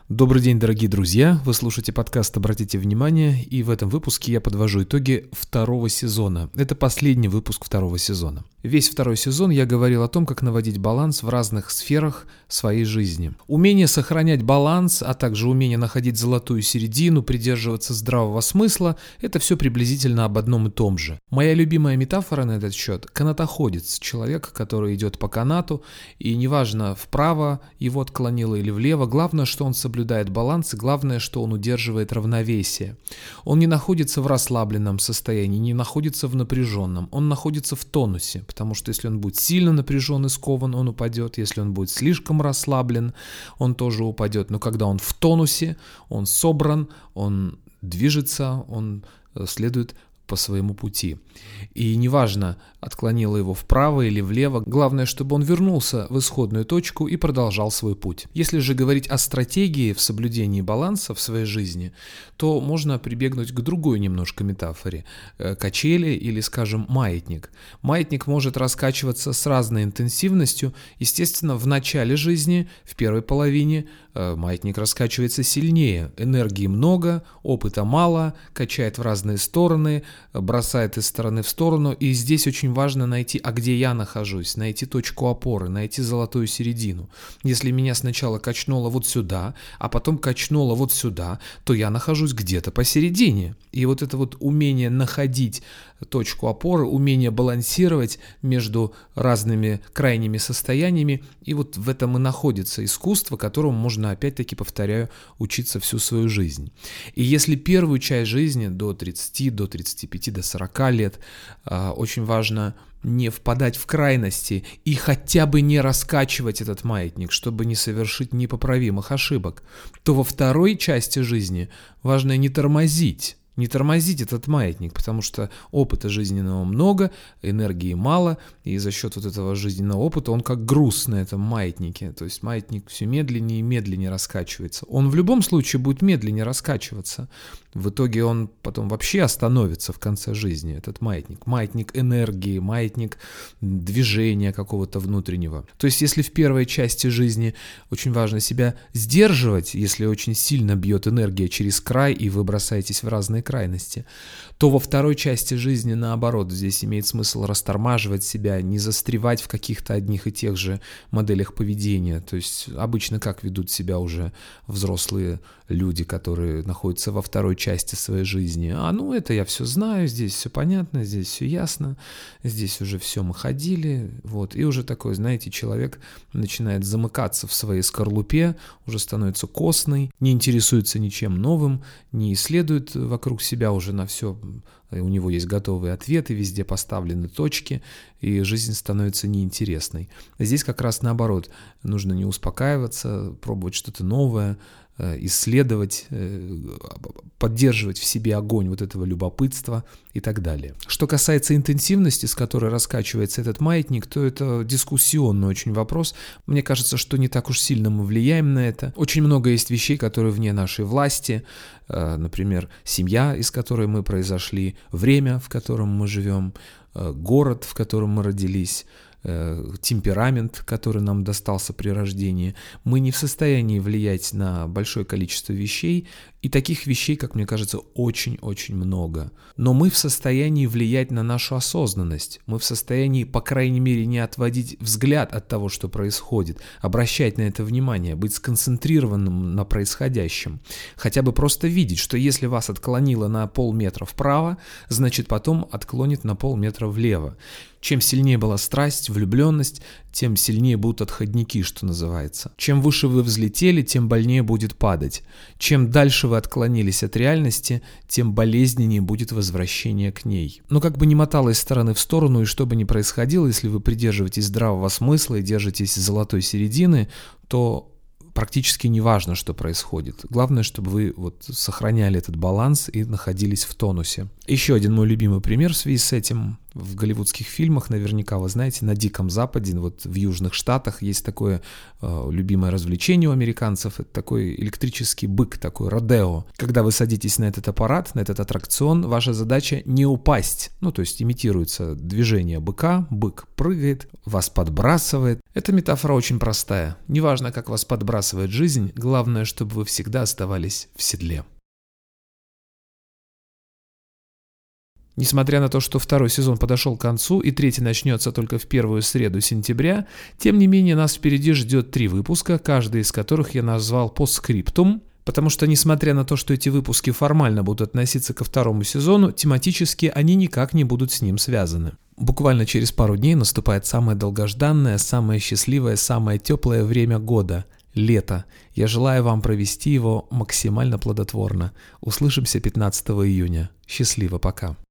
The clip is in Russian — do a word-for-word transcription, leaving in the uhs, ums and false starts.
Добрый день, дорогие друзья! Вы слушаете подкаст «Обратите внимание», и в этом выпуске я подвожу итоги второго сезона. Это последний выпуск второго сезона. Весь второй сезон я говорил о том, как наводить баланс в разных сферах своей жизни. Умение сохранять баланс, а также умение находить золотую середину, придерживаться здравого смысла – это все приблизительно об одном и том же. Моя любимая метафора на этот счет – канатоходец, человек, который идет по канату, и неважно, вправо его отклонило или влево, главное, что он соблюдает баланс, и главное, что он удерживает равновесие. Он не находится в расслабленном состоянии, не находится в напряженном, он находится в тонусе, потому что если он будет сильно напряжен и скован, он упадет, если он будет слишком расслаблен, он тоже упадет, но когда он в тонусе, он собран, он движется, он следует по своему пути. И неважно, отклонило его вправо или влево, главное, чтобы он вернулся в исходную точку и продолжал свой путь. Если же говорить о стратегии в соблюдении баланса в своей жизни, то можно прибегнуть к другой немножко метафоре. Качели или, скажем, маятник. Маятник может раскачиваться с разной интенсивностью. Естественно, в начале жизни, в первой половине, маятник раскачивается сильнее. Энергии много, опыта мало, качает в разные стороны, бросает из стороны в сторону, и здесь очень важно найти, а где я нахожусь, найти точку опоры, найти золотую середину. Если меня сначала качнуло вот сюда, а потом качнуло вот сюда, то я нахожусь где-то посередине. И вот это вот умение находить точку опоры, умение балансировать между разными крайними состояниями, и вот в этом и находится искусство, которому можно, опять-таки, повторяю, учиться всю свою жизнь. И если первую часть жизни до тридцати, до тридцати пяти, до сорока лет очень важно не впадать в крайности и хотя бы не раскачивать этот маятник, чтобы не совершить непоправимых ошибок, то во второй части жизни важно не тормозить. Не тормозить этот маятник, потому что опыта жизненного много, энергии мало, и за счет вот этого жизненного опыта он как груз на этом маятнике. То есть маятник все медленнее и медленнее раскачивается. Он в любом случае будет медленнее раскачиваться. В итоге он потом вообще остановится в конце жизни, этот маятник. Маятник энергии, маятник движения какого-то внутреннего. То есть если в первой части жизни очень важно себя сдерживать, если очень сильно бьет энергия через край, и вы бросаетесь в разные крайности, то во второй части жизни, наоборот, здесь имеет смысл растормаживать себя, не застревать в каких-то одних и тех же моделях поведения. То есть обычно как ведут себя уже взрослые люди, которые находятся во второй части своей жизни? А ну это я все знаю, здесь все понятно, здесь все ясно, здесь уже все мы ходили, вот. И уже такой, знаете, человек начинает замыкаться в своей скорлупе, уже становится костный, не интересуется ничем новым, не исследует вокруг себя уже на все. У него есть готовые ответы, везде поставлены точки, и жизнь становится неинтересной. Здесь как раз наоборот, нужно не успокаиваться, пробовать что-то новое, исследовать, поддерживать в себе огонь вот этого любопытства и так далее. Что касается интенсивности, с которой раскачивается этот маятник, то это дискуссионный очень вопрос. Мне кажется, что не так уж сильно мы влияем на это. Очень много есть вещей, которые вне нашей власти. Например, семья, из которой мы произошли, время, в котором мы живем, город, в котором мы родились, темперамент, который нам достался при рождении. Мы не в состоянии влиять на большое количество вещей, и таких вещей, как мне кажется, очень-очень много. Но мы в состоянии влиять на нашу осознанность. Мы в состоянии, по крайней мере, не отводить взгляд от того, что происходит, обращать на это внимание, быть сконцентрированным на происходящем. Хотя бы просто видеть, что если вас отклонило на полметра вправо, значит потом отклонит на полметра влево. Чем сильнее была страсть, влюбленность, тем сильнее будут отходники, что называется. Чем выше вы взлетели, тем больнее будет падать. Чем дальше вы отклонились от реальности, тем болезненнее будет возвращение к ней. Но как бы ни мотало из стороны в сторону, и что бы ни происходило, если вы придерживаетесь здравого смысла и держитесь золотой середины, то практически не важно, что происходит. Главное, чтобы вы вот сохраняли этот баланс и находились в тонусе. Еще один мой любимый пример в связи с этим. В голливудских фильмах наверняка вы знаете, на Диком Западе, вот в Южных Штатах есть такое э, любимое развлечение у американцев. Это такой электрический бык, такой родео. Когда вы садитесь на этот аппарат, на этот аттракцион, ваша задача не упасть. Ну, то есть имитируется движение быка, бык прыгает, вас подбрасывает. Эта метафора очень простая. Неважно, как вас подбрасывает жизнь, главное, чтобы вы всегда оставались в седле. Несмотря на то, что второй сезон подошел к концу и третий начнется только в первую среду сентября, тем не менее нас впереди ждет три выпуска, каждый из которых я назвал постскриптум, потому что, несмотря на то, что эти выпуски формально будут относиться ко второму сезону, тематически они никак не будут с ним связаны. Буквально через пару дней наступает самое долгожданное, самое счастливое, самое теплое время года – лето. Я желаю вам провести его максимально плодотворно. Услышимся пятнадцатого июня. Счастливо, пока.